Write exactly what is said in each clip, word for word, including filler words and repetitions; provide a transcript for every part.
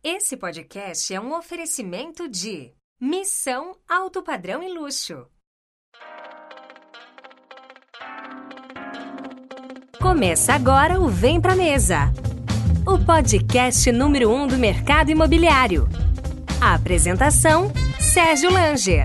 Esse podcast é um oferecimento de Missão Alto Padrão e Luxo. Começa agora o Vem Pra Mesa, o podcast número um do mercado imobiliário. A apresentação, Sérgio Langer.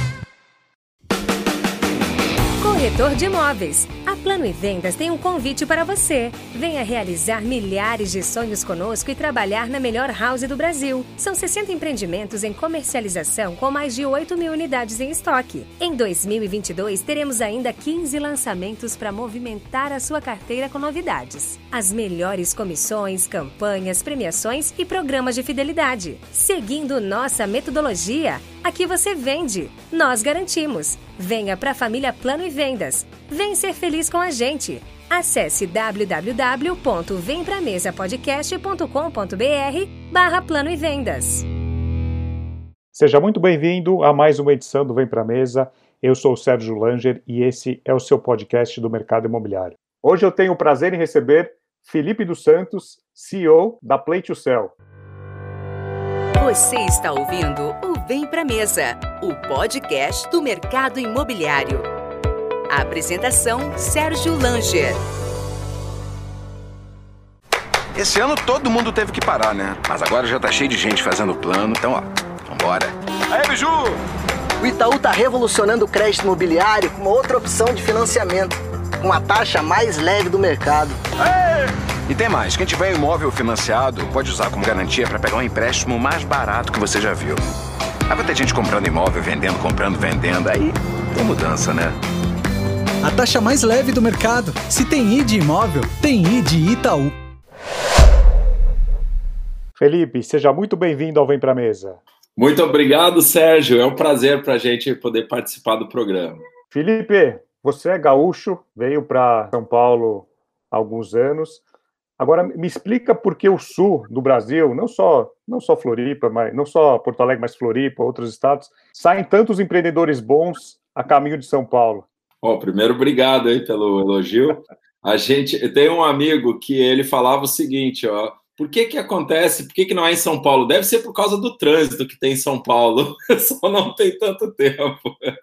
Corretor de imóveis. A Plano e Vendas tem um convite para você. Venha realizar milhares de sonhos conosco e trabalhar na melhor house do Brasil. São sessenta empreendimentos em comercialização com mais de oito mil unidades em estoque. Em dois mil e vinte e dois, teremos ainda quinze lançamentos para movimentar a sua carteira com novidades. As melhores comissões, campanhas, premiações e programas de fidelidade. Seguindo nossa metodologia, aqui você vende, nós garantimos. Venha para a família Plano e Vendas. Vem ser feliz com a gente. Acesse w w w ponto vem pra mesa podcast ponto com ponto b r barra Plano e Vendas. Seja muito bem-vindo a mais uma edição do Vem Pra Mesa. Eu sou o Sérgio Langer e esse é o seu podcast do mercado imobiliário. Hoje eu tenho o prazer em receber Felipe dos Santos, C E O da Play to Sell. Você está ouvindo o Vem Pra Mesa, o podcast do mercado imobiliário. A apresentação, Sérgio Langer. Esse ano todo mundo teve que parar, né? Mas agora já tá cheio de gente fazendo plano, então, ó, vambora. Aí, Biju! O Itaú está revolucionando o crédito imobiliário com uma outra opção de financiamento, com a taxa mais leve do mercado. Aê! E tem mais, quem tiver imóvel financiado pode usar como garantia para pegar um empréstimo mais barato que você já viu. Aí vai ter gente comprando imóvel, vendendo, comprando, vendendo, aí tem mudança, né? A taxa mais leve do mercado. Se tem I de imóvel, tem I de Itaú. Felipe, seja muito bem-vindo ao Vem Pra Mesa. Muito obrigado, Sérgio. É um prazer para a gente poder participar do programa. Felipe, você é gaúcho, veio para São Paulo há alguns anos. Agora, me explica por que o sul do Brasil, não só, não só Floripa, mas, não só Porto Alegre, mas Floripa, outros estados, saem tantos empreendedores bons a caminho de São Paulo. Bom, primeiro, obrigado aí pelo elogio. A gente tem um amigo que ele falava o seguinte, ó, por que que acontece, por que que não é em São Paulo? Deve ser por causa do trânsito que tem em São Paulo, só não tem tanto tempo.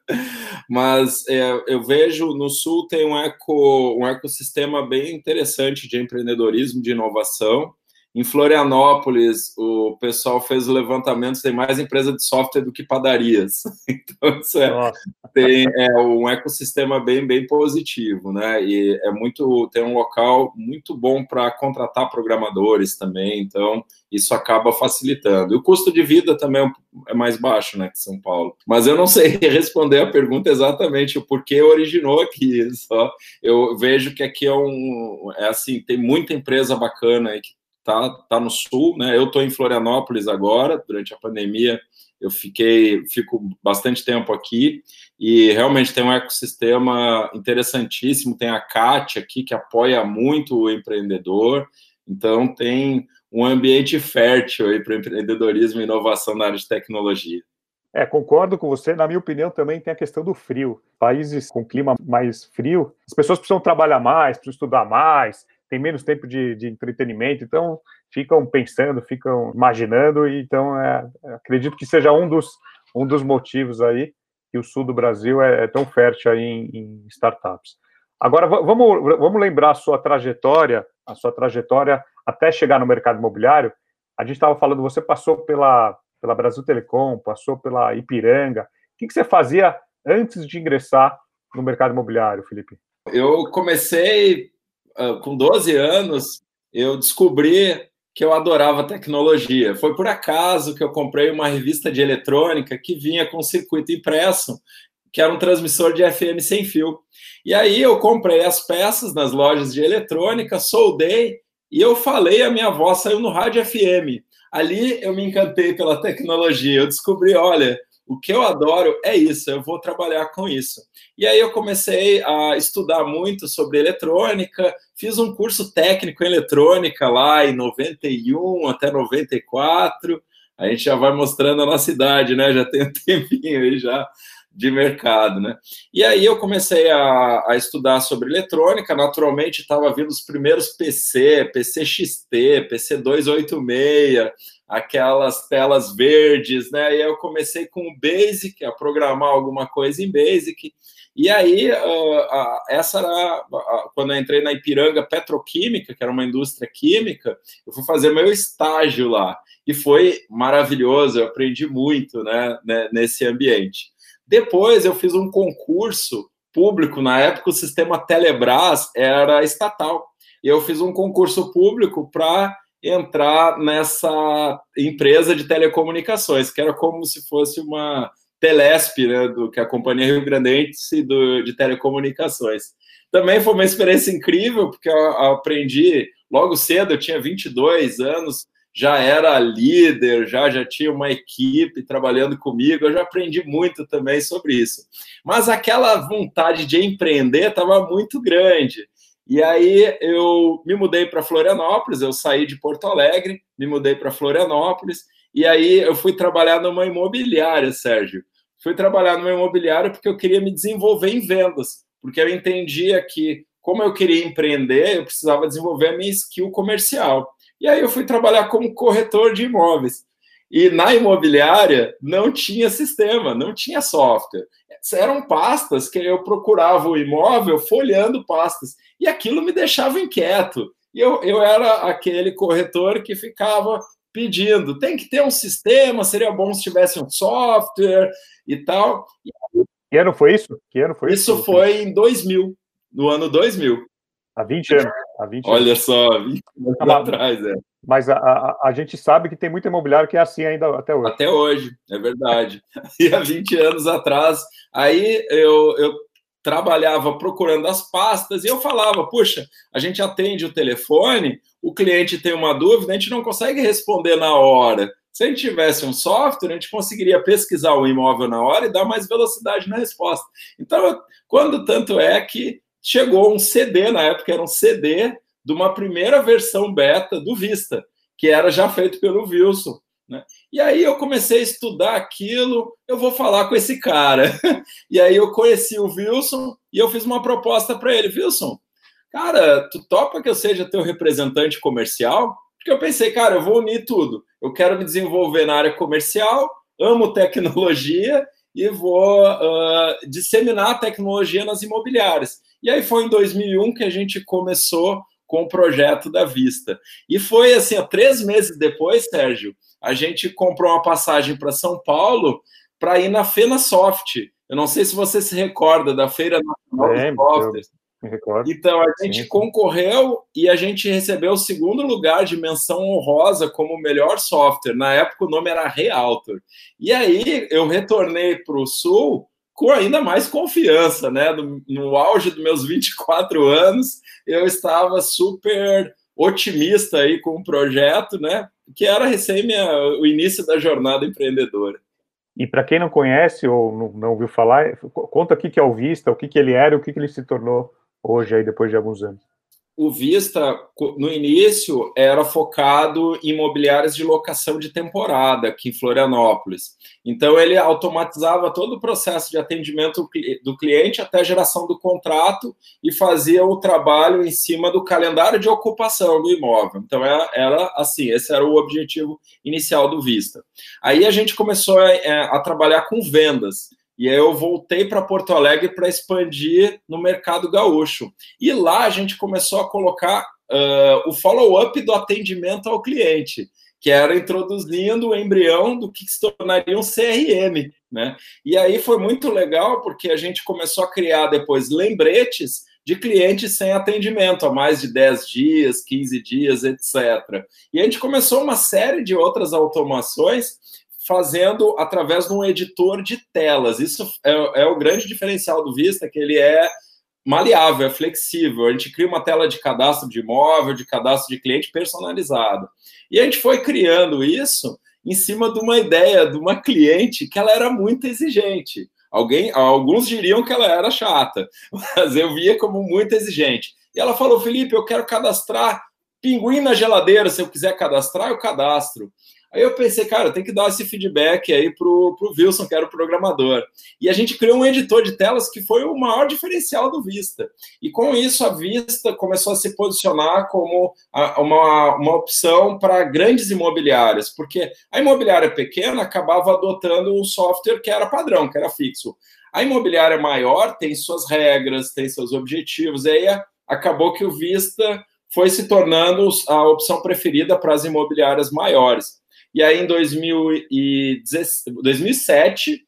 Mas é, eu vejo no Sul tem um, eco, um ecossistema bem interessante de empreendedorismo, de inovação. Em Florianópolis, o pessoal fez o levantamento, tem mais empresa de software do que padarias. Então, isso é, tem, é um ecossistema bem, bem positivo, né? E é muito, tem um local muito bom para contratar programadores também, então isso acaba facilitando. E o custo de vida também é mais baixo, né, que São Paulo. Mas eu não sei responder a pergunta exatamente o porquê originou aqui. Só eu vejo que aqui é um, é assim, tem muita empresa bacana aí que Tá, tá no sul, né? Eu estou em Florianópolis agora, durante a pandemia eu fiquei, fico bastante tempo aqui e realmente tem um ecossistema interessantíssimo, tem a CAT aqui que apoia muito o empreendedor, então tem um ambiente fértil aí para o empreendedorismo e inovação na área de tecnologia. É, concordo com você, na minha opinião também tem a questão do frio. Países com clima mais frio, as pessoas precisam trabalhar mais, precisam estudar mais, tem menos tempo de, de entretenimento, então ficam pensando, ficam imaginando, e então é, acredito que seja um dos, um dos motivos aí que o sul do Brasil é, é tão fértil aí em, em startups. Agora, vamos, vamos lembrar a sua trajetória, a sua trajetória até chegar no mercado imobiliário. A gente estava falando, você passou pela, pela Brasil Telecom, passou pela Ipiranga. O que, que você fazia antes de ingressar no mercado imobiliário, Felipe? Eu comecei... Com doze anos, eu descobri que eu adorava tecnologia. Foi por acaso que eu comprei uma revista de eletrônica que vinha com circuito impresso, que era um transmissor de F M sem fio. E aí eu comprei as peças nas lojas de eletrônica, soldei, e eu falei, a minha voz saiu no rádio F M. Ali eu me encantei pela tecnologia. Eu descobri, olha, o que eu adoro é isso, eu vou trabalhar com isso. E aí eu comecei a estudar muito sobre eletrônica, fiz um curso técnico em eletrônica lá em noventa e um até noventa e quatro, a gente já vai mostrando a nossa idade, né? Já tem um tempinho aí já. de mercado, né? E aí eu comecei a, a estudar sobre eletrônica, naturalmente estava vindo os primeiros P C, P C X T, P C duzentos e oitenta e seis, aquelas telas verdes, né? E aí eu comecei com o Basic, a programar alguma coisa em Basic. E aí, uh, uh, essa era, uh, quando eu entrei na Ipiranga Petroquímica, que era uma indústria química, eu fui fazer meu estágio lá. E foi maravilhoso, eu aprendi muito, né, nesse ambiente. Depois eu fiz um concurso público, na época o sistema Telebrás era estatal, e eu fiz um concurso público para entrar nessa empresa de telecomunicações, que era como se fosse uma Telesp, né, do, que é a Companhia Rio Grandense do, de Telecomunicações. Também foi uma experiência incrível, porque eu, eu aprendi logo cedo, eu tinha vinte e dois anos, já era líder, já, já tinha uma equipe trabalhando comigo, eu já aprendi muito também sobre isso. Mas aquela vontade de empreender estava muito grande. E aí eu me mudei para Florianópolis, eu saí de Porto Alegre, me mudei para Florianópolis, e aí eu fui trabalhar numa imobiliária, Sérgio. Fui trabalhar numa imobiliária porque eu queria me desenvolver em vendas, porque eu entendia que, como eu queria empreender, eu precisava desenvolver a minha skill comercial. E aí eu fui trabalhar como corretor de imóveis. E na imobiliária não tinha sistema, não tinha software. Eram pastas que eu procurava o imóvel folheando pastas. E aquilo me deixava inquieto. E eu, eu era aquele corretor que ficava pedindo, tem que ter um sistema, seria bom se tivesse um software e tal. Que ano foi isso? Que ano foi isso? Isso foi em dois mil, no ano dois mil. Há vinte anos. Há vinte Olha anos. só, vinte anos ah, atrás, é. Mas a, a, a gente sabe que tem muito imobiliário que é assim ainda até hoje. Até hoje, é verdade. E há vinte anos atrás, aí eu, eu trabalhava procurando as pastas e eu falava, puxa, a gente atende o telefone, o cliente tem uma dúvida, a gente não consegue responder na hora. Se a gente tivesse um software, a gente conseguiria pesquisar o imóvel na hora e dar mais velocidade na resposta. Então, quando tanto é que chegou um C D, na época era um C D de uma primeira versão beta do Vista, que era já feito pelo Wilson, né? E aí eu comecei a estudar aquilo, eu vou falar com esse cara. E aí eu conheci o Wilson e eu fiz uma proposta para ele. Wilson, cara, tu topa que eu seja teu representante comercial? Porque eu pensei, cara, eu vou unir tudo. Eu quero me desenvolver na área comercial, amo tecnologia e vou uh, disseminar a tecnologia nas imobiliárias. E aí foi em dois mil e um que a gente começou com o projeto da Vista. E foi assim, ó, três meses depois, Sérgio, a gente comprou uma passagem para São Paulo para ir na FenaSoft. Eu não sei se você se recorda da Feira Nacional é, dos Softwares. Me recordo. Então, a gente sim, concorreu e a gente recebeu o segundo lugar de menção honrosa como o melhor software. Na época, o nome era Realtor. E aí, eu retornei para o Sul com ainda mais confiança, né? No, no auge dos meus vinte e quatro anos, eu estava super otimista aí com o projeto, né? Que era recém minha, o início da jornada empreendedora. E para quem não conhece ou não, não ouviu falar, conta o que, que é o Vista, o que, que ele era e o que, que ele se tornou hoje, aí, depois de alguns anos. O Vista, no início, era focado em imobiliárias de locação de temporada, aqui em Florianópolis. Então, ele automatizava todo o processo de atendimento do cliente até a geração do contrato e fazia o trabalho em cima do calendário de ocupação do imóvel. Então, era, era assim, esse era o objetivo inicial do Vista. Aí, a gente começou a, a trabalhar com vendas. E aí eu voltei para Porto Alegre para expandir no mercado gaúcho. E lá a gente começou a colocar uh, o follow-up do atendimento ao cliente, que era introduzindo o embrião do que se tornaria um C R M, né? E aí foi muito legal, porque a gente começou a criar depois lembretes de clientes sem atendimento há mais de dez dias, quinze dias, etcétera. E a gente começou uma série de outras automações fazendo através de um editor de telas. Isso é, é o grande diferencial do Vista, que ele é maleável, é flexível. A gente cria uma tela de cadastro de imóvel, de cadastro de cliente personalizado. E a gente foi criando isso em cima de uma ideia de uma cliente que ela era muito exigente. Alguém, alguns diriam que ela era chata, mas eu via como muito exigente. E ela falou, Felipe, eu quero cadastrar pinguim na geladeira, se eu quiser cadastrar, eu cadastro. Aí eu pensei, cara, tem que dar esse feedback aí pro, pro Wilson, que era o programador. E a gente criou um editor de telas que foi o maior diferencial do Vista. E com isso a Vista começou a se posicionar como a, uma, uma opção para grandes imobiliárias, porque a imobiliária pequena acabava adotando um software que era padrão, que era fixo. A imobiliária maior tem suas regras, tem seus objetivos, e aí acabou que o Vista foi se tornando a opção preferida para as imobiliárias maiores. E aí, em dois mil e sete,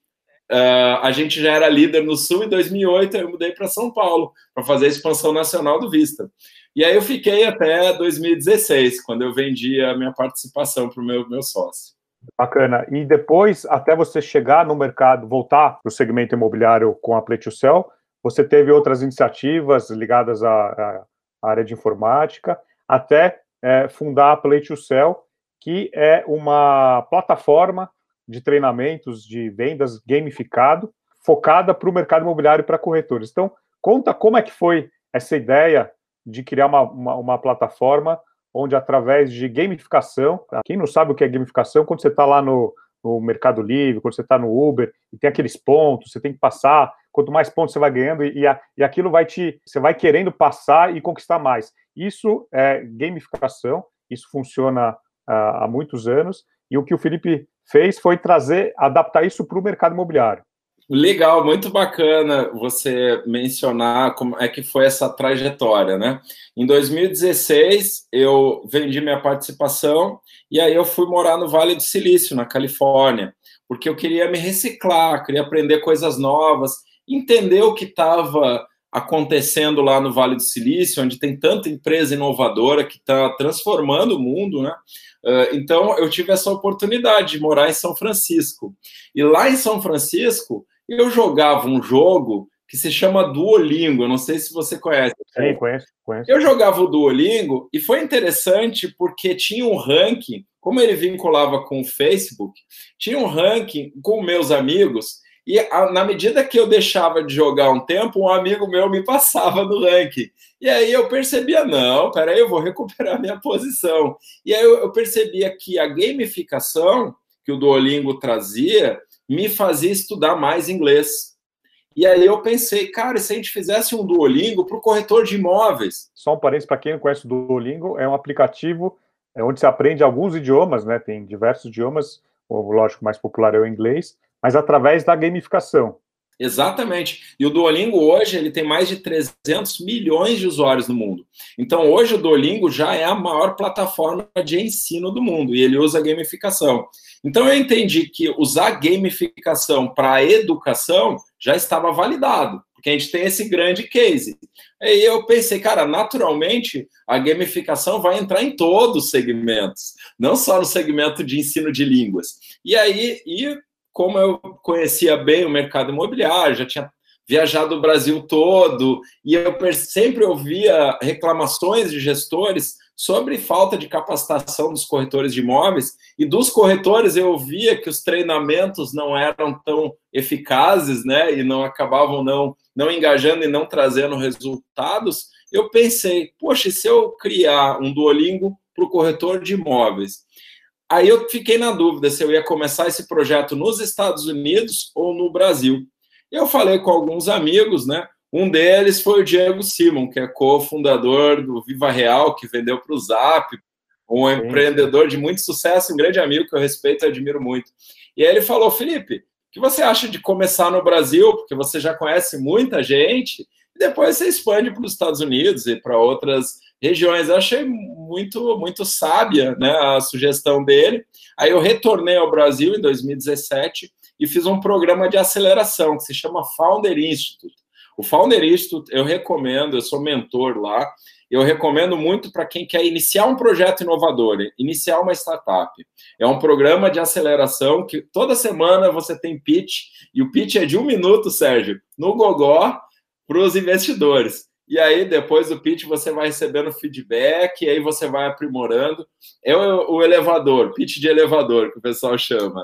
uh, a gente já era líder no Sul, e em dois mil e oito eu mudei para São Paulo, para fazer a expansão nacional do Vista. E aí eu fiquei até dois mil e dezesseis, quando eu vendi a minha participação para o meu, meu sócio. Bacana. E depois, até você chegar no mercado, voltar para o segmento imobiliário com a Play to Sell, você teve outras iniciativas ligadas à, à área de informática, até é, fundar a Play to Sell, que é uma plataforma de treinamentos de vendas gamificado, focada para o mercado imobiliário e para corretores. Então, conta como é que foi essa ideia de criar uma, uma, uma plataforma onde, através de gamificação, quem não sabe o que é gamificação, quando você está lá no, no Mercado Livre, quando você está no Uber, e tem aqueles pontos, você tem que passar, quanto mais pontos você vai ganhando, e, a, e aquilo vai te, você vai querendo passar e conquistar mais. Isso é gamificação, isso funciona há muitos anos, e o que o Felipe fez foi trazer, adaptar isso para o mercado imobiliário. Legal, muito bacana você mencionar como é que foi essa trajetória, né? Em dois mil e dezesseis, eu vendi minha participação, e aí eu fui morar no Vale do Silício, na Califórnia, porque eu queria me reciclar, queria aprender coisas novas, entender o que estava acontecendo lá no Vale do Silício, onde tem tanta empresa inovadora que está transformando o mundo, né? Então, eu tive essa oportunidade de morar em São Francisco. E lá em São Francisco, eu jogava um jogo que se chama Duolingo. Eu não sei se você conhece. Sim, conheço, conheço. Eu jogava o Duolingo e foi interessante porque tinha um ranking, como ele vinculava com o Facebook, tinha um ranking com meus amigos. E a, na medida que eu deixava de jogar um tempo, um amigo meu me passava no ranking. E aí eu percebia, não, peraí, eu vou recuperar minha posição. E aí eu, eu percebia que a gamificação que o Duolingo trazia me fazia estudar mais inglês. E aí eu pensei, cara, e se a gente fizesse um Duolingo para o corretor de imóveis? Só um parênteses, para quem não conhece o Duolingo, é um aplicativo onde você aprende alguns idiomas, né? Tem diversos idiomas, o lógico mais popular é o inglês, mas através da gamificação. Exatamente. E o Duolingo hoje ele tem mais de trezentos milhões de usuários no mundo. Então hoje o Duolingo já é a maior plataforma de ensino do mundo e ele usa gamificação. Então eu entendi que usar gamificação para a educação já estava validado, porque a gente tem esse grande case. Aí eu pensei, cara, naturalmente a gamificação vai entrar em todos os segmentos, não só no segmento de ensino de línguas. E aí, e como eu conhecia bem o mercado imobiliário, já tinha viajado o Brasil todo, e eu sempre ouvia reclamações de gestores sobre falta de capacitação dos corretores de imóveis, e dos corretores eu via que os treinamentos não eram tão eficazes, né, e não acabavam não, não engajando e não trazendo resultados. Eu pensei, poxa, e se eu criar um Duolingo para o corretor de imóveis? Aí eu fiquei na dúvida se eu ia começar esse projeto nos Estados Unidos ou no Brasil. Eu falei com alguns amigos, né? Um deles foi o Diego Simon, que é cofundador do Viva Real, que vendeu para o Zap, um Sim. empreendedor de muito sucesso, um grande amigo que eu respeito e admiro muito. E aí ele falou, Felipe, o que você acha de começar no Brasil? Porque você já conhece muita gente, e depois você expande para os Estados Unidos e para outras regiões. Eu achei muito, muito sábia, né, a sugestão dele. Aí eu retornei ao Brasil em dois mil e dezessete e fiz um programa de aceleração que se chama Founder Institute. O Founder Institute eu recomendo, eu sou mentor lá, eu recomendo muito para quem quer iniciar um projeto inovador, iniciar uma startup. É um programa de aceleração que toda semana você tem pitch, e o pitch é de um minuto, Sérgio, no Gogó, para os investidores. E aí, depois do pitch, você vai recebendo feedback, e aí você vai aprimorando. É o, o elevador, pitch de elevador, que o pessoal chama, né?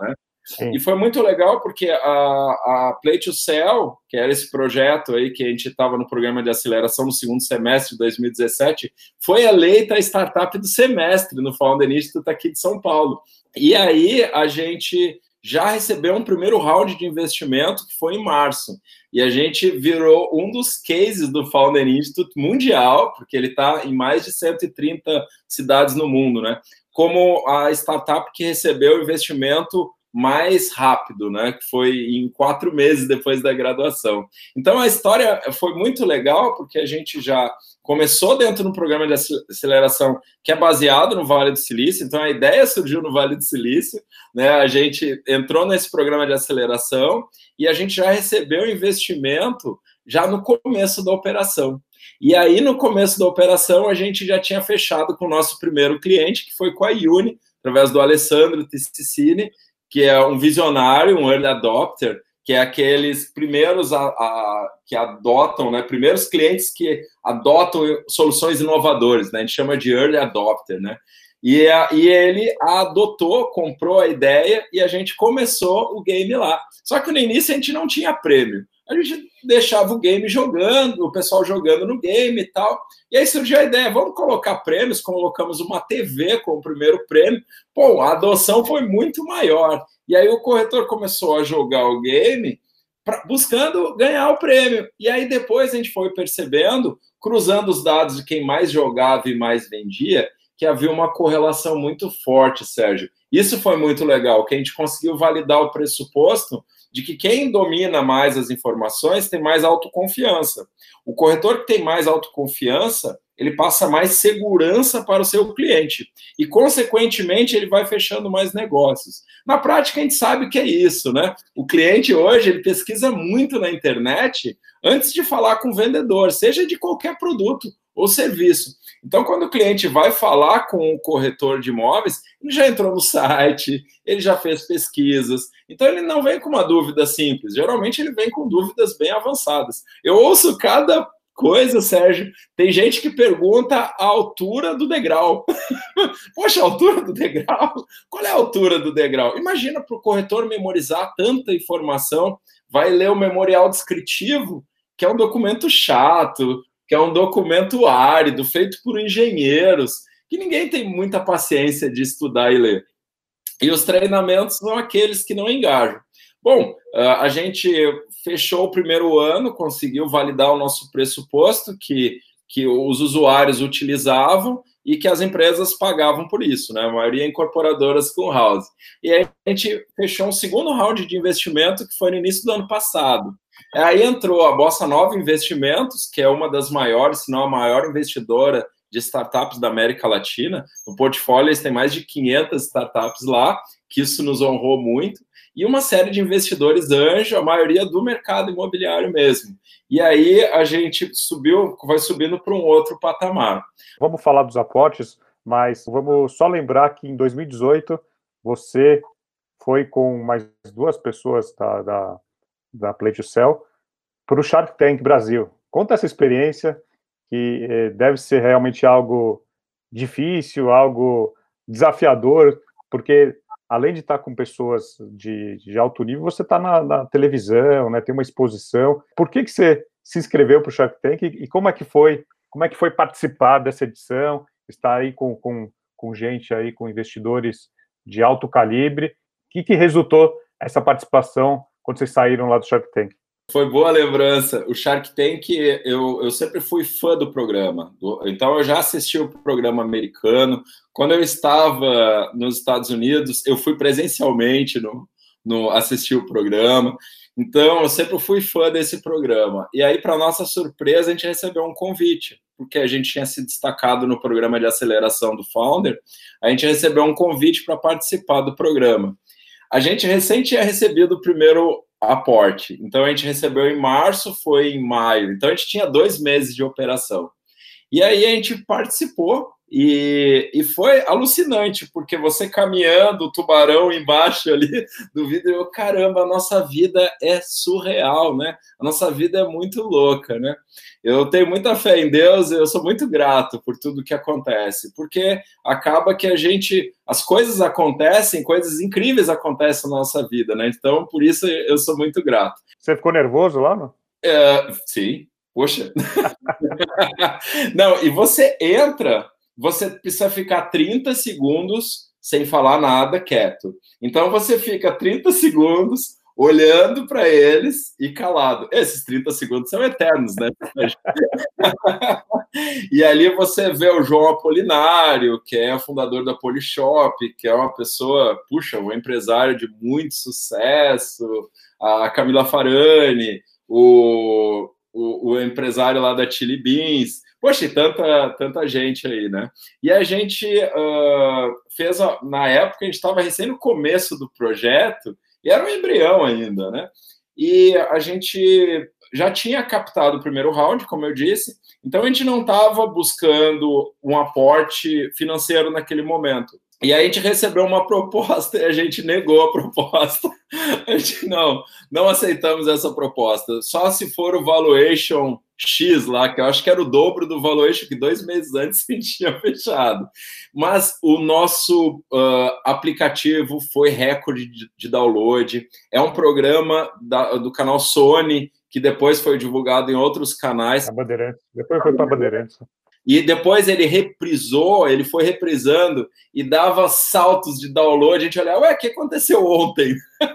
Sim. E foi muito legal porque a, a Play to Sell, que era esse projeto aí que a gente estava no programa de aceleração no segundo semestre de dois mil e dezessete, foi eleita a startup do semestre no Founder Institute aqui de São Paulo. E aí a gente já recebeu um primeiro round de investimento, que foi em março. E a gente virou um dos cases do Founder Institute mundial, porque ele está em mais de cento e trinta cidades no mundo, né? Como a startup que recebeu o investimento mais rápido, né? Que foi em quatro meses depois da graduação. Então, a história foi muito legal, porque a gente já começou dentro de um programa de aceleração que é baseado no Vale do Silício, então a ideia surgiu no Vale do Silício, né? A gente entrou nesse programa de aceleração e a gente já recebeu investimento já no começo da operação. E aí, no começo da operação, a gente já tinha fechado com o nosso primeiro cliente, que foi com a Uni, através do Alessandro Tisticini, que é um visionário, um early adopter, que é aqueles primeiros a, a, que adotam, né, primeiros clientes que adotam soluções inovadoras, né, a gente chama de early adopter, né, e, a, e ele adotou, comprou a ideia e a gente começou o game lá. Só que no início a gente não tinha prêmio, a gente deixava o game jogando, o pessoal jogando no game e tal, e aí surgiu a ideia, vamos colocar prêmios, colocamos uma T V com o primeiro prêmio, pô, a adoção foi muito maior, e aí o corretor começou a jogar o game pra, buscando ganhar o prêmio, e aí depois a gente foi percebendo, cruzando os dados de quem mais jogava e mais vendia, que havia uma correlação muito forte, Sérgio. Isso foi muito legal, que a gente conseguiu validar o pressuposto de que quem domina mais as informações tem mais autoconfiança. O corretor que tem mais autoconfiança, ele passa mais segurança para o seu cliente. E, consequentemente, ele vai fechando mais negócios. Na prática, a gente sabe que é isso, né? O cliente hoje, ele pesquisa muito na internet antes de falar com o vendedor, seja de qualquer produto ou serviço. Então, quando o cliente vai falar com o corretor de imóveis, ele já entrou no site, ele já fez pesquisas. Então, ele não vem com uma dúvida simples. Geralmente, ele vem com dúvidas bem avançadas. Eu ouço cada coisa, Sérgio. Tem gente que pergunta a altura do degrau. Poxa, a altura do degrau? Qual é a altura do degrau? Imagina para o corretor memorizar tanta informação. Vai ler o memorial descritivo, que é um documento chato, que é um documento árido, feito por engenheiros, que ninguém tem muita paciência de estudar e ler. E os treinamentos são aqueles que não engajam. Bom, a gente fechou o primeiro ano, conseguiu validar o nosso pressuposto, que, que os usuários utilizavam e que as empresas pagavam por isso, né? A maioria incorporadoras com house. E aí a gente fechou um segundo round de investimento, que foi no início do ano passado. Aí entrou a Bossa Nova Investimentos, que é uma das maiores, se não a maior investidora de startups da América Latina. No portfólio, eles têm mais de quinhentas startups lá, que isso nos honrou muito. E uma série de investidores anjo, a maioria do mercado imobiliário mesmo. E aí a gente subiu, vai subindo para um outro patamar. Vamos falar dos aportes, mas vamos só lembrar que em dois mil e dezoito você foi com mais duas pessoas da, da, da Play to Sell para o Shark Tank Brasil. Conta essa experiência, que eh, deve ser realmente algo difícil, algo desafiador, porque além de estar com pessoas de, de alto nível, você está na, na televisão, né, tem uma exposição. Por que, que você se inscreveu para o Shark Tank e, e como é que foi, como é que foi participar dessa edição, estar aí com, com, com gente aí, com investidores de alto calibre? O que, que resultou essa participação quando vocês saíram lá do Shark Tank? Foi boa lembrança. O Shark Tank, eu, eu sempre fui fã do programa. Então, eu já assisti o programa americano. Quando eu estava nos Estados Unidos, eu fui presencialmente no, no assistir o programa. Então, eu sempre fui fã desse programa. E aí, para nossa surpresa, a gente recebeu um convite, porque a gente tinha se destacado no programa de aceleração do Founder. A gente recebeu um convite para participar do programa. A gente recém tinha recebido o primeiro aporte. Então, a gente recebeu em março, foi em maio. Então, a gente tinha dois meses de operação. E aí, a gente participou E, e foi alucinante, porque você caminhando, o tubarão embaixo ali do vidro, eu, caramba, a nossa vida é surreal, né? A nossa vida é muito louca, né? Eu tenho muita fé em Deus, eu sou muito grato por tudo que acontece, porque acaba que a gente, as coisas acontecem, coisas incríveis acontecem na nossa vida, né? Então, por isso eu sou muito grato. Você ficou nervoso lá, não? É, sim, poxa. Não, e você entra... Você precisa ficar trinta segundos sem falar nada, quieto. Então, você fica trinta segundos olhando para eles e calado. Esses trinta segundos são eternos, né? E ali você vê o João Apolinário, que é o fundador da Polishop, que é uma pessoa, puxa, um empresário de muito sucesso, a Camila Farani, o, o, o empresário lá da Chili Beans. Poxa, e tanta, tanta gente aí, né? E a gente uh, fez, na época, a gente estava recém no começo do projeto, e era um embrião ainda, né? E a gente já tinha captado o primeiro round, como eu disse, então a gente não estava buscando um aporte financeiro naquele momento. E aí a gente recebeu uma proposta e a gente negou a proposta. A gente não, não aceitamos essa proposta. Só se for o valuation X lá, que eu acho que era o dobro do valuation que dois meses antes a gente tinha fechado. Mas o nosso uh, aplicativo foi recorde de, de download. É um programa da, do canal Sony, que depois foi divulgado em outros canais. A Bandeirantes. Depois foi para a Bandeirantes. E depois ele reprisou, ele foi reprisando e dava saltos de download. A gente olhava, ué, o que aconteceu ontem?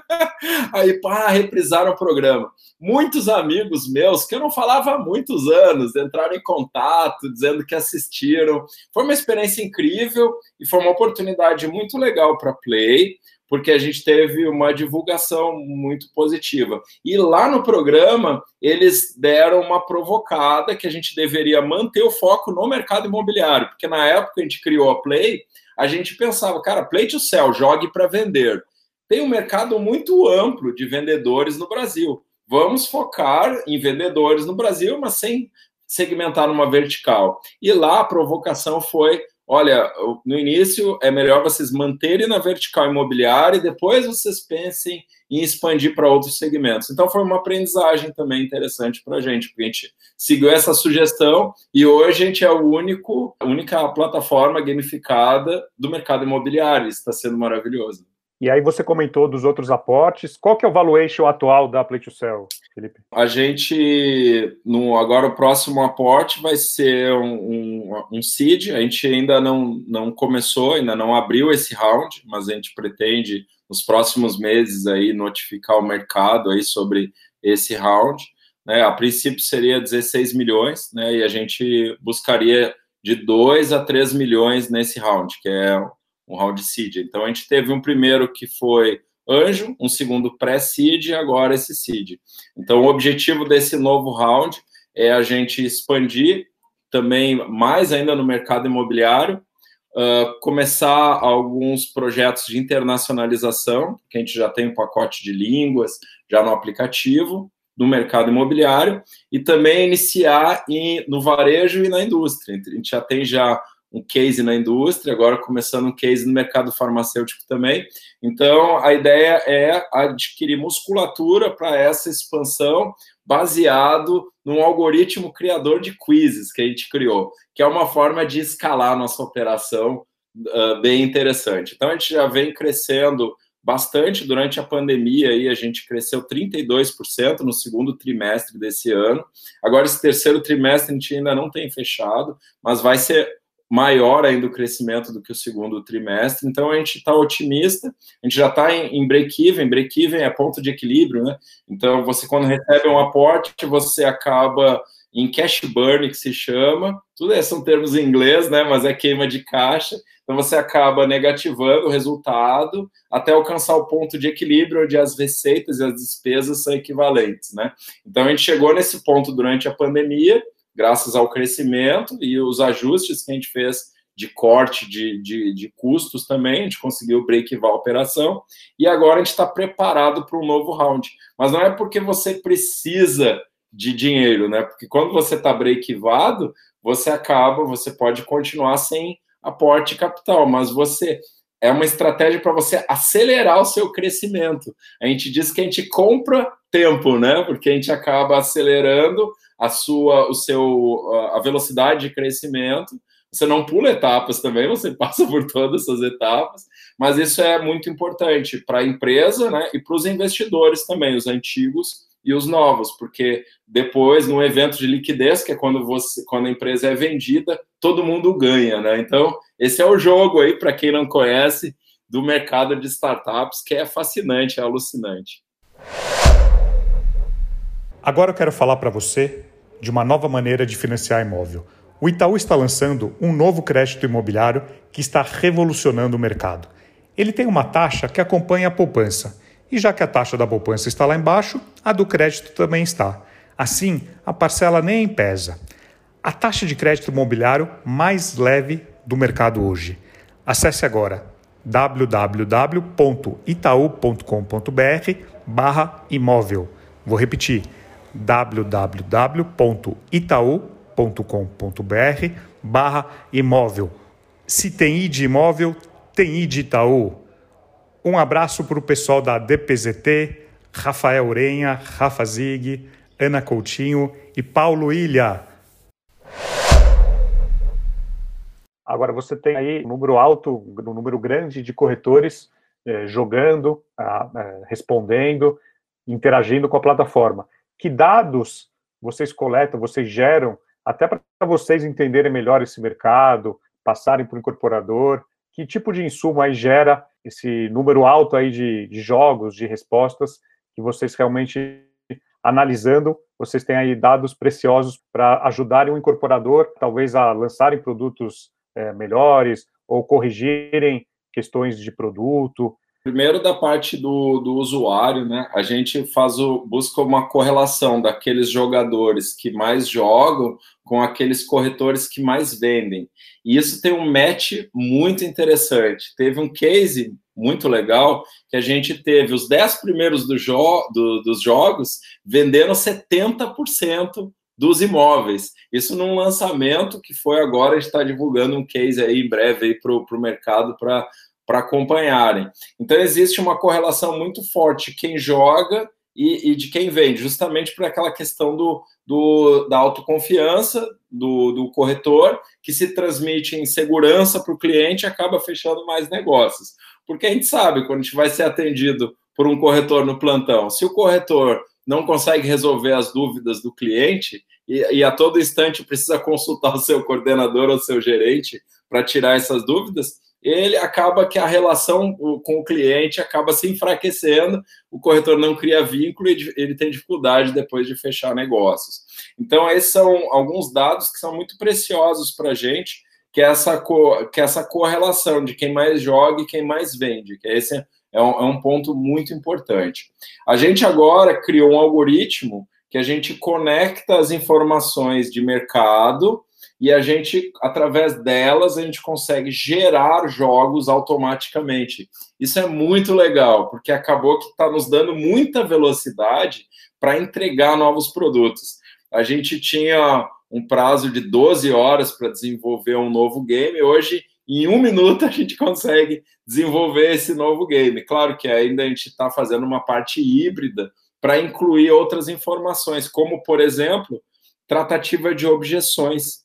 Aí, pá, reprisaram o programa. Muitos amigos meus, que eu não falava há muitos anos, entraram em contato, dizendo que assistiram. Foi uma experiência incrível e foi uma oportunidade muito legal para a Play, porque a gente teve uma divulgação muito positiva. E lá no programa, eles deram uma provocada que a gente deveria manter o foco no mercado imobiliário, porque na época que a gente criou a Play, a gente pensava, cara, Play to Sell, jogue para vender. Tem um mercado muito amplo de vendedores no Brasil. Vamos focar em vendedores no Brasil, mas sem segmentar numa vertical. E lá a provocação foi, olha, no início é melhor vocês manterem na vertical imobiliária e depois vocês pensem em expandir para outros segmentos. Então foi uma aprendizagem também interessante para a gente, porque a gente seguiu essa sugestão e hoje a gente é o único, a única plataforma gamificada do mercado imobiliário. Isso está sendo maravilhoso. E aí você comentou dos outros aportes. Qual que é o valuation atual da Play to Sell, Felipe? A gente, no, agora o próximo aporte vai ser um, um, um seed. A gente ainda não, não começou, ainda não abriu esse round, mas a gente pretende, nos próximos meses, aí, notificar o mercado aí sobre esse round. Né? A princípio seria dezesseis milhões, né? E a gente buscaria de dois a três milhões nesse round, que é um round seed. Então, a gente teve um primeiro que foi anjo, um segundo pré-seed e agora esse seed. Então, o objetivo desse novo round é a gente expandir também mais ainda no mercado imobiliário, uh, começar alguns projetos de internacionalização, que a gente já tem um pacote de línguas já no aplicativo, no mercado imobiliário, e também iniciar em, no varejo e na indústria. A gente já tem já um case na indústria, agora começando um case no mercado farmacêutico também. Então, a ideia é adquirir musculatura para essa expansão baseado num algoritmo criador de quizzes que a gente criou, que é uma forma de escalar a nossa operação uh, bem interessante. Então, a gente já vem crescendo bastante durante a pandemia, aí a gente cresceu trinta e dois por cento no segundo trimestre desse ano. Agora, esse terceiro trimestre a gente ainda não tem fechado, mas vai ser maior ainda o crescimento do que o segundo trimestre, então a gente está otimista, a gente já está em, em break-even, break-even é ponto de equilíbrio, né? Então, você quando recebe um aporte, você acaba em cash burn, que se chama, tudo isso são termos em inglês, né? Mas é queima de caixa, então você acaba negativando o resultado até alcançar o ponto de equilíbrio, onde as receitas e as despesas são equivalentes, né? Então, a gente chegou nesse ponto durante a pandemia, graças ao crescimento e os ajustes que a gente fez de corte de, de, de custos também, a gente conseguiu break-even a operação, e agora a gente está preparado para um novo round. Mas não é porque você precisa de dinheiro, né? Porque quando você está breakivado, você acaba, você pode continuar sem aporte capital, mas você é uma estratégia para você acelerar o seu crescimento. A gente diz que a gente compra tempo, né? Porque a gente acaba acelerando a sua, o seu, a velocidade de crescimento. Você não pula etapas também, você passa por todas essas etapas, mas isso é muito importante para a empresa, né, e para os investidores também, os antigos e os novos, porque depois, no evento de liquidez, que é quando, você, quando a empresa é vendida, todo mundo ganha, né? Então, esse é o jogo aí, para quem não conhece, do mercado de startups, que é fascinante, é alucinante. Agora eu quero falar para você de uma nova maneira de financiar imóvel. O Itaú está lançando um novo crédito imobiliário que está revolucionando o mercado. Ele tem uma taxa que acompanha a poupança. E já que a taxa da poupança está lá embaixo, a do crédito também está. Assim, a parcela nem pesa. A taxa de crédito imobiliário mais leve do mercado hoje. Acesse agora w w w ponto itaú ponto com ponto b r barra imóvel. Vou repetir, w w w ponto itaú ponto com ponto b r barra imóvel. Se tem I de imóvel, tem I de Itaú. Um abraço para o pessoal da D P Z T, Rafael Urenha, Rafa Zig, Ana Coutinho e Paulo Ilha. Agora você tem aí um número alto, um número grande de corretores eh, jogando, ah, eh, respondendo, interagindo com a plataforma. Que dados vocês coletam, vocês geram, até para vocês entenderem melhor esse mercado, passarem para o incorporador? Que tipo de insumo aí gera esse número alto aí de, de jogos, de respostas, que vocês realmente, analisando, vocês têm aí dados preciosos para ajudarem o incorporador, talvez a lançarem produtos é, melhores, ou corrigirem questões de produto? Primeiro, da parte do, do usuário, né? A gente faz o, busca uma correlação daqueles jogadores que mais jogam com aqueles corretores que mais vendem. E isso tem um match muito interessante. Teve um case muito legal que a gente teve os dez primeiros do jo do, dos jogos vendendo setenta por cento dos imóveis. Isso num lançamento que foi agora, a gente está divulgando um case aí em breve para o mercado para para acompanharem. Então, existe uma correlação muito forte de quem joga e, e de quem vende, justamente por aquela questão do, do, da autoconfiança do, do corretor, que se transmite em segurança para o cliente e acaba fechando mais negócios. Porque a gente sabe, quando a gente vai ser atendido por um corretor no plantão, se o corretor não consegue resolver as dúvidas do cliente e, e a todo instante precisa consultar o seu coordenador ou o seu gerente para tirar essas dúvidas, ele acaba que a relação com o cliente acaba se enfraquecendo, o corretor não cria vínculo e ele tem dificuldade depois de fechar negócios. Então, esses são alguns dados que são muito preciosos para a gente, que é, essa co que é essa correlação de quem mais joga e quem mais vende, que esse é um, é um ponto muito importante. A gente agora criou um algoritmo que a gente conecta as informações de mercado e a gente, através delas, a gente consegue gerar jogos automaticamente. Isso é muito legal, porque acabou que está nos dando muita velocidade para entregar novos produtos. A gente tinha um prazo de doze horas para desenvolver um novo game, hoje, em um minuto, a gente consegue desenvolver esse novo game. Claro que ainda a gente está fazendo uma parte híbrida para incluir outras informações, como, por exemplo, tratativa de objeções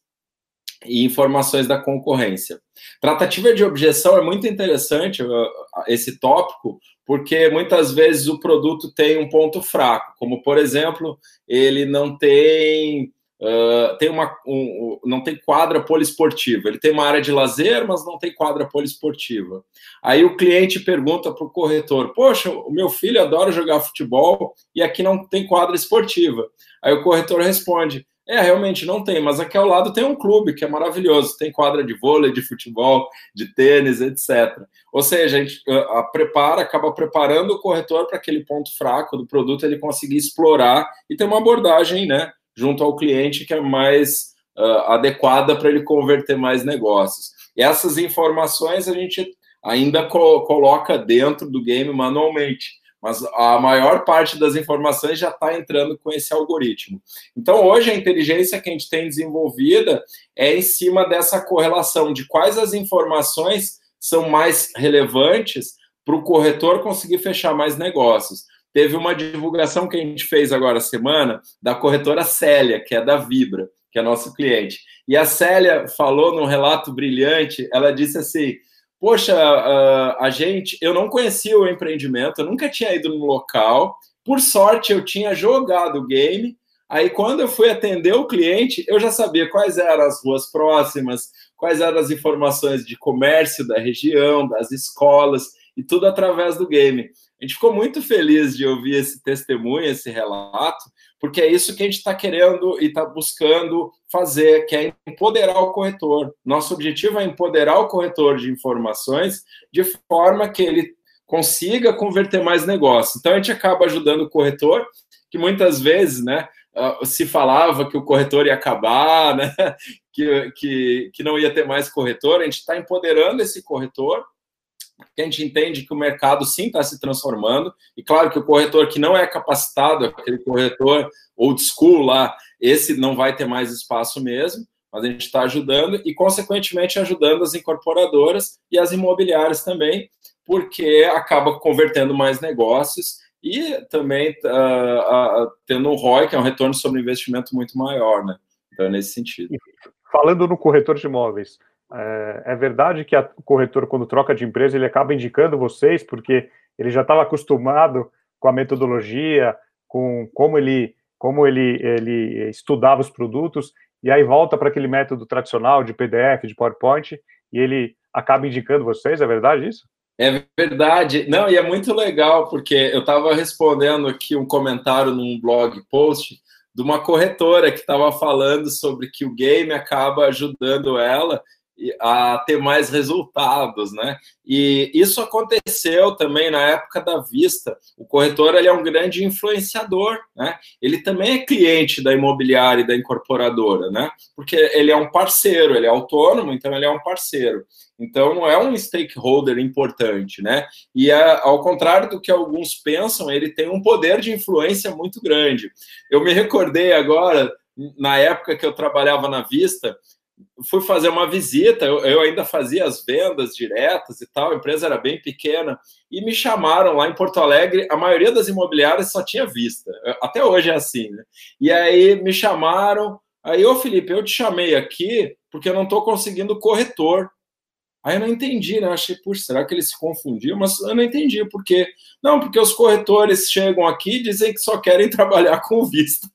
e informações da concorrência. Tratativa de objeção é muito interessante, esse tópico, porque muitas vezes o produto tem um ponto fraco, como, por exemplo, ele não tem, uh, tem uma, um, não tem quadra poliesportiva. Ele tem uma área de lazer, mas não tem quadra poliesportiva. Aí o cliente pergunta para o corretor, poxa, o meu filho adora jogar futebol e aqui não tem quadra esportiva. Aí o corretor responde, é, realmente não tem, mas aqui ao lado tem um clube que é maravilhoso, tem quadra de vôlei, de futebol, de tênis, etcétera. Ou seja, a gente a, a prepara, acaba preparando o corretor para aquele ponto fraco do produto, ele conseguir explorar e ter uma abordagem, né, junto ao cliente que é mais uh, adequada para ele converter mais negócios. E essas informações a gente ainda co coloca dentro do game manualmente, mas a maior parte das informações já está entrando com esse algoritmo. Então, hoje, a inteligência que a gente tem desenvolvida é em cima dessa correlação de quais as informações são mais relevantes para o corretor conseguir fechar mais negócios. Teve uma divulgação que a gente fez agora semana da corretora Célia, que é da Vibra, que é nosso cliente. E a Célia falou num relato brilhante, ela disse assim, poxa, a gente, eu não conhecia o empreendimento, eu nunca tinha ido no local, por sorte eu tinha jogado o game, aí quando eu fui atender o cliente, eu já sabia quais eram as ruas próximas, quais eram as informações de comércio da região, das escolas, e tudo através do game. A gente ficou muito feliz de ouvir esse testemunho, esse relato, porque é isso que a gente está querendo e está buscando fazer, que é empoderar o corretor. Nosso objetivo é empoderar o corretor de informações de forma que ele consiga converter mais negócio. Então, a gente acaba ajudando o corretor, que muitas vezes, né, se falava que o corretor ia acabar, né, que, que, que não ia ter mais corretor, a gente está empoderando esse corretor, porque a gente entende que o mercado sim está se transformando, e claro que o corretor que não é capacitado, aquele corretor old school lá, esse não vai ter mais espaço mesmo, mas a gente está ajudando e, consequentemente, ajudando as incorporadoras e as imobiliárias também, porque acaba convertendo mais negócios e também uh, uh, tendo um R O I, que é um retorno sobre investimento muito maior, né? Então, é nesse sentido. Falando no corretor de imóveis, É, é verdade que a, o corretor, quando troca de empresa, ele acaba indicando vocês, porque ele já estava acostumado com a metodologia, com como ele, como ele, ele estudava os produtos, e aí volta para aquele método tradicional de P D F, de PowerPoint, e ele acaba indicando vocês, é verdade isso? É verdade. Não, e é muito legal, porque eu estava respondendo aqui um comentário num blog post de uma corretora que estava falando sobre que o game acaba ajudando ela a ter mais resultados, né? E isso aconteceu também na época da Vista. O corretor, ele é um grande influenciador, né? Ele também é cliente da imobiliária e da incorporadora, né? Porque ele é um parceiro, ele é autônomo, então ele é um parceiro. Então não é um stakeholder importante, né? E é, ao contrário do que alguns pensam, ele tem um poder de influência muito grande. Eu me recordei agora, na época que eu trabalhava na Vista, fui fazer uma visita, eu, eu ainda fazia as vendas diretas e tal, a empresa era bem pequena, e me chamaram lá em Porto Alegre, a maioria das imobiliárias só tinha Vista, até hoje é assim, né? E aí me chamaram, aí, ô Felipe, eu te chamei aqui porque eu não estou conseguindo corretor. Aí eu não entendi, né? Eu achei, puxa, será que eles se confundiam? Mas eu não entendi por quê. Não, porque os corretores chegam aqui e dizem que só querem trabalhar com Vista.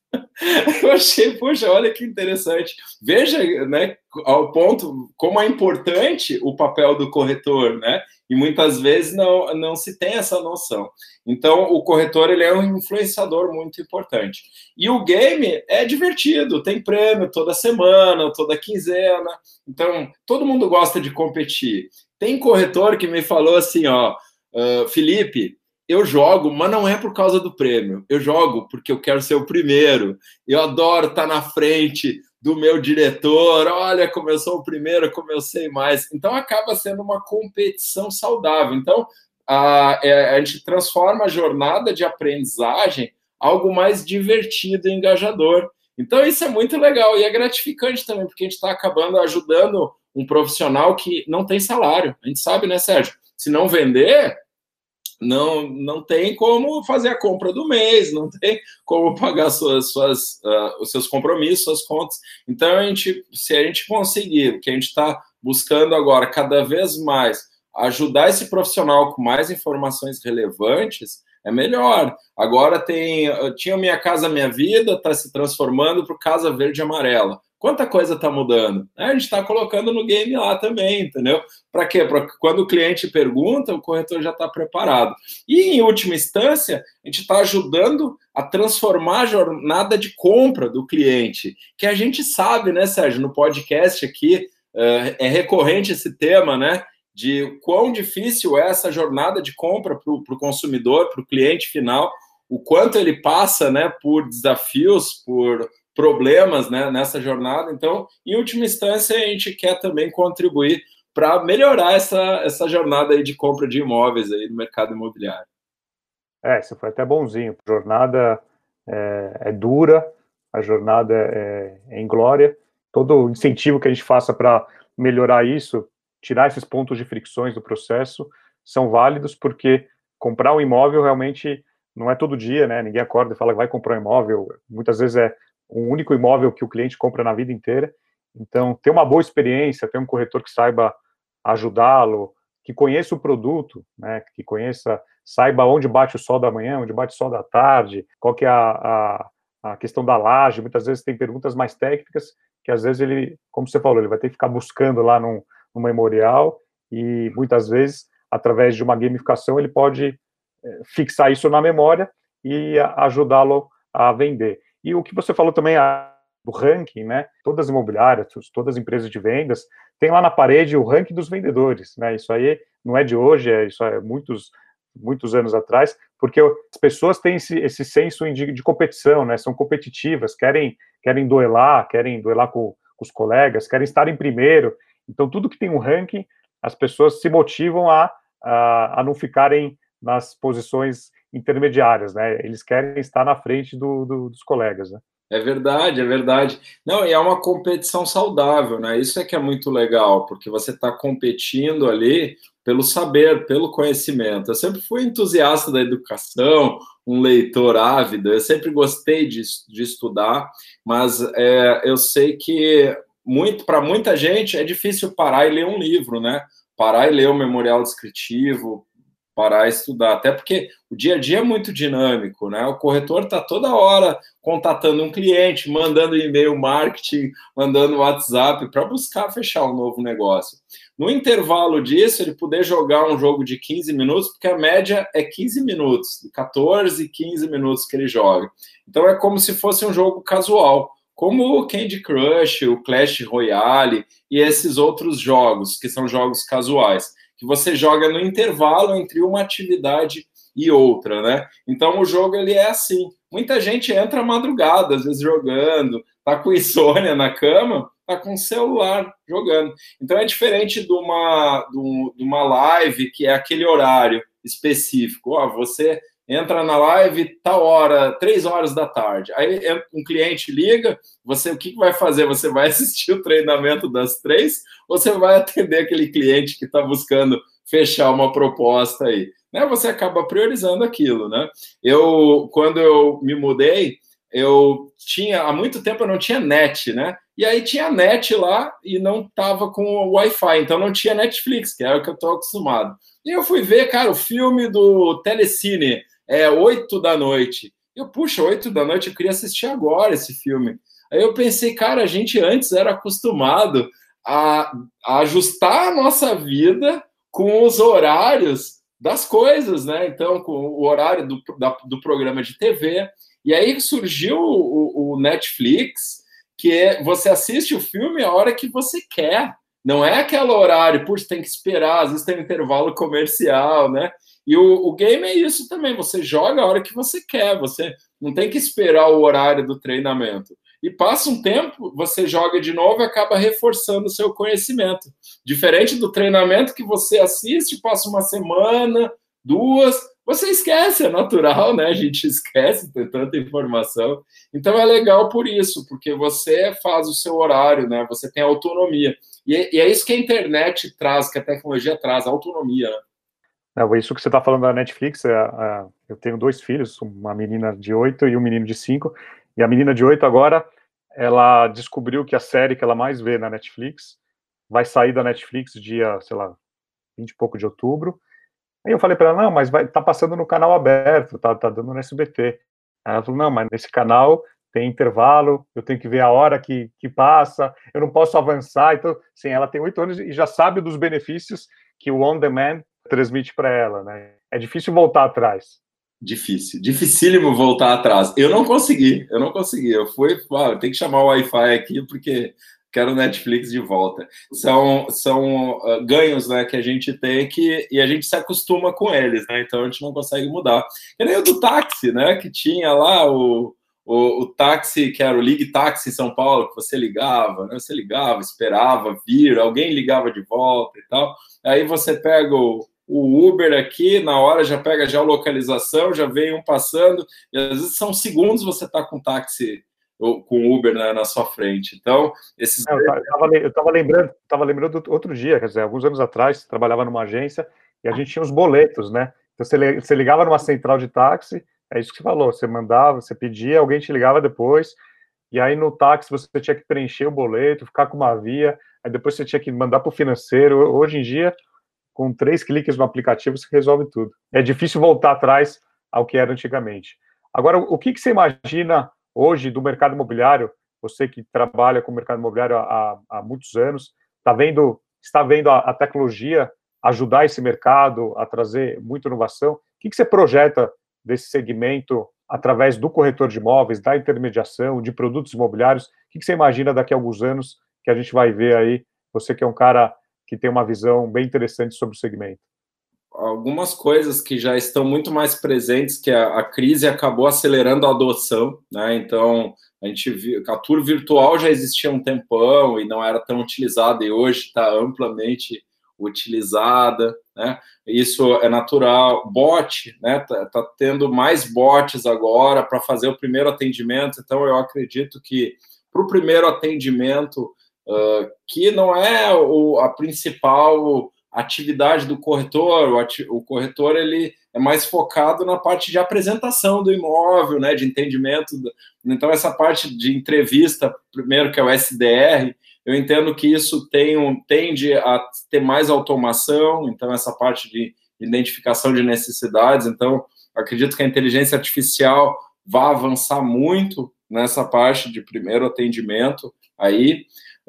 Eu achei, poxa, olha que interessante. Veja, né, ao ponto como é importante o papel do corretor, né? E muitas vezes não, não se tem essa noção. Então, o corretor, ele é um influenciador muito importante. E o game é divertido, tem prêmio toda semana, toda quinzena. Então, todo mundo gosta de competir. Tem corretor que me falou assim, ó, uh, Felipe, eu jogo, mas não é por causa do prêmio. Eu jogo porque eu quero ser o primeiro. Eu adoro estar na frente do meu diretor. Olha como eu sou o primeiro, como eu sei mais. Então, acaba sendo uma competição saudável. Então, a, a gente transforma a jornada de aprendizagem algo mais divertido e engajador. Então, isso é muito legal e é gratificante também, porque a gente está acabando ajudando um profissional que não tem salário. A gente sabe, né, Sérgio? Se não vender... Não, não tem como fazer a compra do mês, não tem como pagar suas, suas, uh, os seus compromissos, suas contas. Então, a gente, se a gente conseguir, o que a gente está buscando agora, cada vez mais, ajudar esse profissional com mais informações relevantes, é melhor. Agora tem, tinha Minha Casa Minha Vida, está se transformando para o Casa Verde e Amarela. Quanta coisa está mudando? A gente está colocando no game lá também, entendeu? Para quê? Para quando o cliente pergunta, o corretor já está preparado. E, em última instância, a gente está ajudando a transformar a jornada de compra do cliente, que a gente sabe, né, Sérgio, no podcast aqui, é recorrente esse tema, né, de quão difícil é essa jornada de compra para o consumidor, para o cliente final, o quanto ele passa, né, por desafios, por problemas, né, nessa jornada. Então, em última instância, a gente quer também contribuir para melhorar essa, essa jornada aí de compra de imóveis aí no mercado imobiliário. É, você foi até bonzinho. A jornada é, é dura, a jornada é, é inglória. Todo incentivo que a gente faça para melhorar isso, tirar esses pontos de fricções do processo, são válidos, porque comprar um imóvel realmente não é todo dia, né? Ninguém acorda e fala que vai comprar um imóvel. Muitas vezes é um único imóvel que o cliente compra na vida inteira. Então, ter uma boa experiência, ter um corretor que saiba ajudá-lo, que conheça o produto, né? Que conheça, saiba onde bate o sol da manhã, onde bate o sol da tarde, qual que é a, a, a questão da laje. Muitas vezes tem perguntas mais técnicas que às vezes ele, como você falou, ele vai ter que ficar buscando lá num, num memorial, e muitas vezes, através de uma gamificação, ele pode é, fixar isso na memória e ajudá-lo a vender. E o que você falou também a, do ranking, né? Todas as imobiliárias, todas as empresas de vendas, tem lá na parede o ranking dos vendedores, né? Isso aí não é de hoje, é isso é muitos muitos anos atrás, porque as pessoas têm esse, esse senso de, de competição, né? São competitivas, querem querem duelar, querem duelar com, com os colegas, querem estar em primeiro. Então, tudo que tem um ranking, as pessoas se motivam a, a, a não ficarem nas posições intermediárias, né? Eles querem estar na frente do, do, dos colegas, né? É verdade, é verdade. Não, e é uma competição saudável, né? Isso é que é muito legal, porque você está competindo ali pelo saber, pelo conhecimento. Eu sempre fui entusiasta da educação, um leitor ávido, eu sempre gostei de, de estudar, mas é, eu sei que muito, para muita gente é difícil parar e ler um livro, né? Parar e ler o memorial descritivo, parar e estudar, até porque o dia a dia é muito dinâmico, né? O corretor está toda hora contatando um cliente, mandando e-mail marketing, mandando WhatsApp para buscar fechar um novo negócio. No intervalo disso, ele poder jogar um jogo de quinze minutos, porque a média é quinze minutos, quatorze, quinze minutos que ele joga. Então é como se fosse um jogo casual, como o Candy Crush, o Clash Royale e esses outros jogos, que são jogos casuais, que você joga no intervalo entre uma atividade e outra, né? Então, o jogo, ele é assim. Muita gente entra à madrugada, às vezes jogando, tá com insônia na cama, tá com o celular jogando. Então, é diferente de uma, de uma live, que é aquele horário específico. Ó, você entra na live tal hora, três horas da tarde. Aí um cliente liga, você o que vai fazer? Você vai assistir o treinamento das três ou você vai atender aquele cliente que está buscando fechar uma proposta aí? Né? Você acaba priorizando aquilo, né? Eu, quando eu me mudei, eu tinha, há muito tempo eu não tinha net, né? E aí tinha net lá e não tava com o Wi-Fi, então não tinha Netflix, que era o que eu tô acostumado. E eu fui ver, cara, o filme do Telecine, é oito da noite. Eu, puxa, oito da noite, eu queria assistir agora esse filme. Aí eu pensei, cara, a gente antes era acostumado a, a ajustar a nossa vida com os horários das coisas, né? Então, com o horário do, da, do programa de T V. E aí surgiu o, o Netflix, que é, você assiste o filme a hora que você quer. Não é aquele horário, puxa, tem que esperar, às vezes tem um intervalo comercial, né? E o, o game é isso também, você joga a hora que você quer, você não tem que esperar o horário do treinamento. E passa um tempo, você joga de novo e acaba reforçando o seu conhecimento. Diferente do treinamento que você assiste, passa uma semana, duas, você esquece, é natural, né? A gente esquece, tem tanta informação. Então é legal por isso, porque você faz o seu horário, né? Você tem autonomia. E é, e é isso que a internet traz, que a tecnologia traz, autonomia, né? É, isso que você está falando da Netflix, é, é, eu tenho dois filhos, uma menina de oito e um menino de cinco, e a menina de oito agora, ela descobriu que a série que ela mais vê na Netflix vai sair da Netflix dia, sei lá, vinte e pouco de outubro. Aí eu falei para ela, não, mas vai, tá passando no canal aberto, tá, tá dando no S B T. Aí ela falou, não, mas nesse canal tem intervalo, eu tenho que ver a hora que, que passa, eu não posso avançar. Então, sim, ela tem oito anos e já sabe dos benefícios que o On Demand transmite para ela, né? É difícil voltar atrás. Difícil, dificílimo voltar atrás. Eu não consegui, eu não consegui. Eu fui, ah, tem que chamar o Wi-Fi aqui porque quero o Netflix de volta. São, são uh, ganhos, né, que a gente tem que, e a gente se acostuma com eles, né? Então a gente não consegue mudar. Que nem o do táxi, né? Que tinha lá o, o, o táxi, que era o Ligue Táxi em São Paulo, que você ligava, né? Você ligava, esperava vir, alguém ligava de volta e tal. Aí você pega o o Uber aqui, na hora já pega a geolocalização, já vem um passando, e às vezes são segundos você está com táxi ou com Uber na, na sua frente. Então, esses... Eu estava eu tava lembrando, tava lembrando do outro dia, quer dizer, alguns anos atrás, trabalhava numa agência e a gente tinha os boletos, né? Então, você, você ligava numa central de táxi, é isso que você falou, você mandava, você pedia, alguém te ligava depois, e aí no táxi você tinha que preencher o boleto, ficar com uma via, aí depois você tinha que mandar para o financeiro. Hoje em dia, com três cliques no aplicativo, você resolve tudo. É difícil voltar atrás ao que era antigamente. Agora, o que, que você imagina hoje do mercado imobiliário? Você que trabalha com o mercado imobiliário há, há muitos anos, tá vendo, está vendo a, a tecnologia ajudar esse mercado a trazer muita inovação? O que, que você projeta desse segmento através do corretor de imóveis, da intermediação, de produtos imobiliários? O que, que você imagina daqui a alguns anos que a gente vai ver aí? Você que é um cara que tem uma visão bem interessante sobre o segmento. Algumas coisas que já estão muito mais presentes, que a, a crise acabou acelerando a adoção, né? Então, a gente viu que a tour virtual já existia há um tempão e não era tão utilizada, e hoje está amplamente utilizada, né? Isso é natural. Bot, né? Tá, tá tendo mais bots agora para fazer o primeiro atendimento. Então, eu acredito que para o primeiro atendimento, uh, que não é o, a principal atividade do corretor, o, ati o corretor ele é mais focado na parte de apresentação do imóvel, né, de entendimento. Do, então, essa parte de entrevista, primeiro que é o S D R, eu entendo que isso tem um, tende a ter mais automação, então essa parte de identificação de necessidades. Então, acredito que a inteligência artificial vai avançar muito nessa parte de primeiro atendimento. Aí,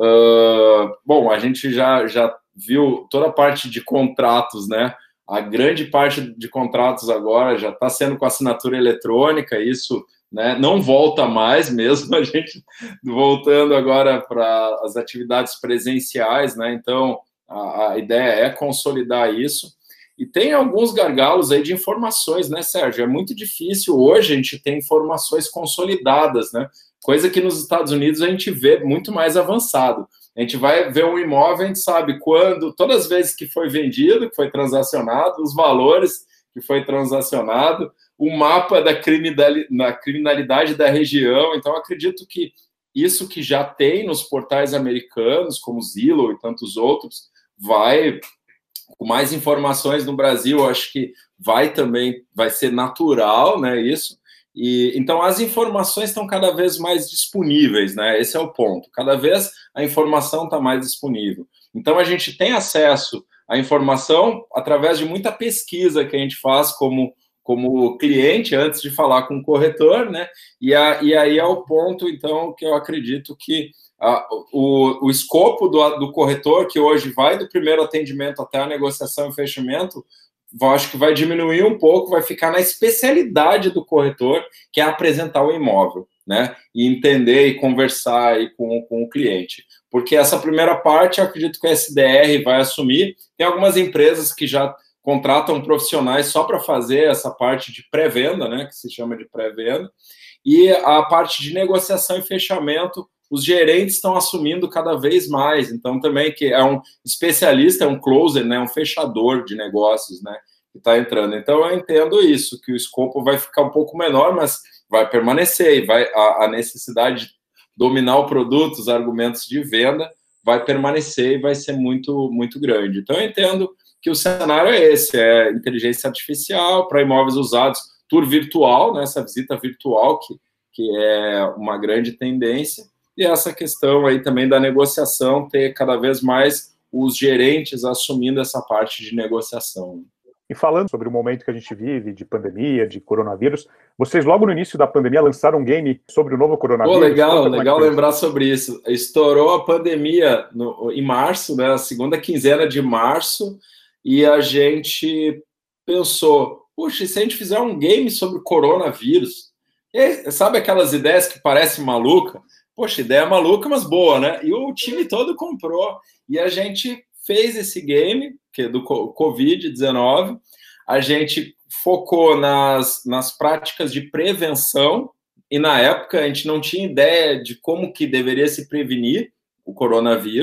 uh, bom, a gente já, já viu toda a parte de contratos, né? A grande parte de contratos agora já está sendo com assinatura eletrônica, isso, né, não volta mais mesmo, a gente voltando agora para as atividades presenciais, né? Então, a, a ideia é consolidar isso. E tem alguns gargalos aí de informações, né, Sérgio? É muito difícil hoje a gente ter informações consolidadas, né? Coisa que nos Estados Unidos a gente vê muito mais avançado. A gente vai ver um imóvel, a gente sabe quando, todas as vezes que foi vendido, que foi transacionado, os valores que foi transacionado, o mapa da criminalidade da região. Então, acredito que isso que já tem nos portais americanos, como Zillow e tantos outros, vai, com mais informações no Brasil, acho que vai também, vai ser natural, né, isso. E, então, as informações estão cada vez mais disponíveis, né? Esse é o ponto. Cada vez a informação está mais disponível. Então, a gente tem acesso à informação através de muita pesquisa que a gente faz como, como cliente antes de falar com o corretor, né? E, a, e aí é o ponto, então, que eu acredito que a, o, o escopo do, do corretor, que hoje vai do primeiro atendimento até a negociação e fechamento, acho que vai diminuir um pouco, vai ficar na especialidade do corretor, que é apresentar o imóvel, né? E entender e conversar aí com, com o cliente. Porque essa primeira parte, eu acredito que o S D R vai assumir. Tem algumas empresas que já contratam profissionais só para fazer essa parte de pré-venda, né? Que se chama de pré-venda. E a parte de negociação e fechamento, os gerentes estão assumindo cada vez mais. Então, também que é um especialista, é um closer, né, um fechador de negócios, né, que está entrando. Então, eu entendo isso, que o escopo vai ficar um pouco menor, mas vai permanecer. E vai, a, a necessidade de dominar o produto, os argumentos de venda, vai permanecer e vai ser muito, muito grande. Então, eu entendo que o cenário é esse, é inteligência artificial para imóveis usados, tour virtual, né, essa visita virtual, que, que é uma grande tendência. E essa questão aí também da negociação, ter cada vez mais os gerentes assumindo essa parte de negociação. E falando sobre o momento que a gente vive, de pandemia, de coronavírus, vocês logo no início da pandemia lançaram um game sobre o novo coronavírus. Pô, legal, legal lembrar sobre isso. Estourou a pandemia no, em março, né, a segunda quinzena de março, e a gente pensou, puxa, e se a gente fizer um game sobre o coronavírus? E, sabe aquelas ideias que parecem malucas? Poxa, ideia maluca, mas boa, né? E o time todo comprou. E a gente fez esse game, que é do covid dezenove. A gente focou nas, nas práticas de prevenção. E, na época, a gente não tinha ideia de como que deveria se prevenir o coronavírus.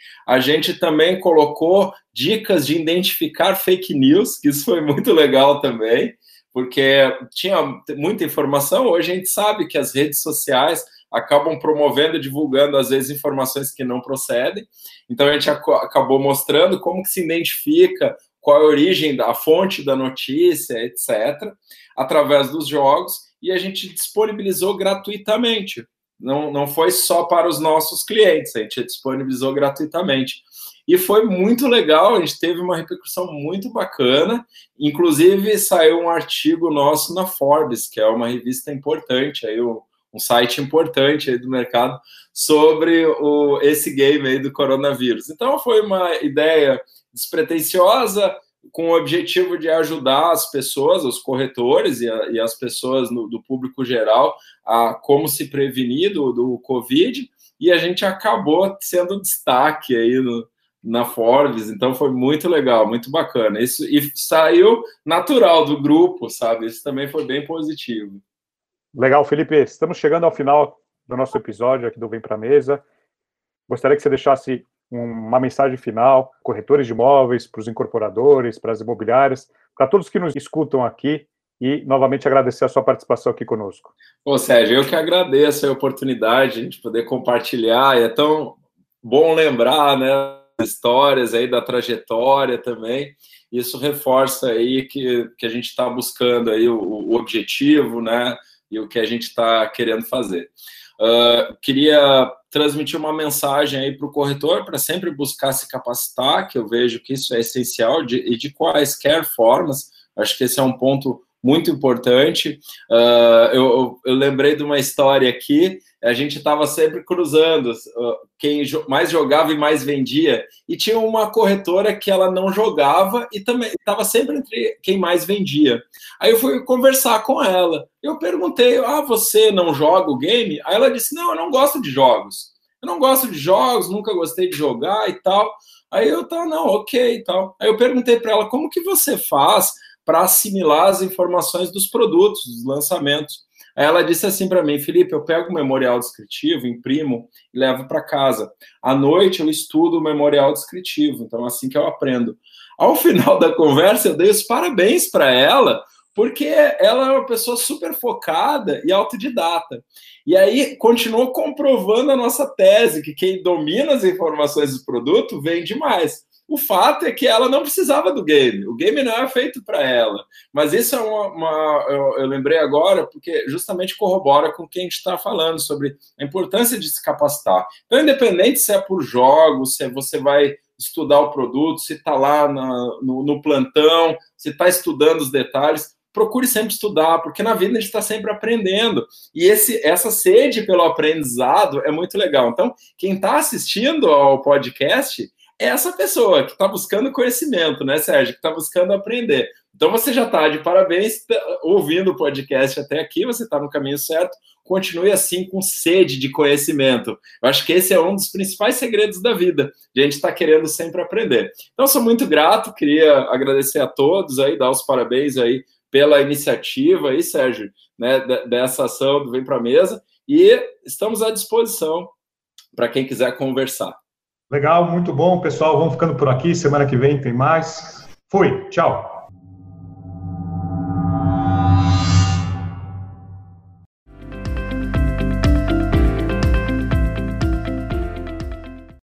A gente também colocou dicas de identificar fake news, que isso foi muito legal também, porque tinha muita informação. Hoje a gente sabe que as redes sociais acabam promovendo e divulgando, às vezes, informações que não procedem. Então, a gente ac acabou mostrando como que se identifica, qual é a origem, a fonte da notícia, etcétera, através dos jogos, e a gente disponibilizou gratuitamente. Não, não foi só para os nossos clientes, a gente disponibilizou gratuitamente. E foi muito legal, a gente teve uma repercussão muito bacana, inclusive saiu um artigo nosso na Forbes, que é uma revista importante, aí, um site importante aí do mercado, sobre o, esse game aí do coronavírus. Então foi uma ideia despretensiosa, com o objetivo de ajudar as pessoas, os corretores e, a, e as pessoas no, do público geral a como se prevenir do, do Covid, e a gente acabou sendo destaque aí no, na Forbes, então foi muito legal, muito bacana. Isso, e saiu natural do grupo, sabe? Isso também foi bem positivo. Legal, Felipe. Estamos chegando ao final do nosso episódio aqui do Vem Pra Mesa. Gostaria que você deixasse uma mensagem final, corretores de imóveis, para os incorporadores, para as imobiliárias, para todos que nos escutam aqui, e novamente agradecer a sua participação aqui conosco. Ô, Sérgio, eu que agradeço a oportunidade de a gente poder compartilhar, e é tão bom lembrar, né, histórias aí da trajetória também. Isso reforça aí que, que a gente está buscando aí o, o objetivo, né, e o que a gente está querendo fazer. Uh, queria transmitir uma mensagem aí para o corretor, para sempre buscar se capacitar, que eu vejo que isso é essencial, de, e de quaisquer formas. Acho que esse é um ponto muito importante. Uh, eu, eu lembrei de uma história aqui, a gente estava sempre cruzando uh, quem mais jogava e mais vendia, e tinha uma corretora que ela não jogava e também estava sempre entre quem mais vendia. Aí eu fui conversar com ela, eu perguntei, ah, você não joga o game? Aí ela disse, não, eu não gosto de jogos, eu não gosto de jogos, nunca gostei de jogar e tal. Aí eu, tá, não, ok e tal. Aí eu perguntei para ela, como que você faz para assimilar as informações dos produtos, dos lançamentos? Aí ela disse assim para mim, Felipe, eu pego o memorial descritivo, imprimo e levo para casa. À noite eu estudo o memorial descritivo, então é assim que eu aprendo. Ao final da conversa eu dei os parabéns para ela, porque ela é uma pessoa super focada e autodidata. E aí continuou comprovando a nossa tese, que quem domina as informações do produto vende mais. O fato é que ela não precisava do game, o game não é feito para ela, mas isso é uma, uma eu, eu lembrei agora, porque justamente corrobora com o que a gente está falando sobre a importância de se capacitar. Então, independente se é por jogos, se você vai estudar o produto, se está lá na, no, no plantão, se está estudando os detalhes, procure sempre estudar, porque na vida a gente está sempre aprendendo, e esse, essa sede pelo aprendizado é muito legal. Então, quem está assistindo ao podcast é essa pessoa que está buscando conhecimento, né, Sérgio? Que está buscando aprender. Então, você já está de parabéns, ouvindo o podcast até aqui, você está no caminho certo. Continue assim, com sede de conhecimento. Eu acho que esse é um dos principais segredos da vida, de a gente estar querendo sempre aprender. Então, sou muito grato, queria agradecer a todos aí, dar os parabéns aí pela iniciativa aí, Sérgio, né, dessa ação do Vem Pra Mesa, e estamos à disposição para quem quiser conversar. Legal, muito bom, pessoal. Vamos ficando por aqui. Semana que vem tem mais. Fui, tchau.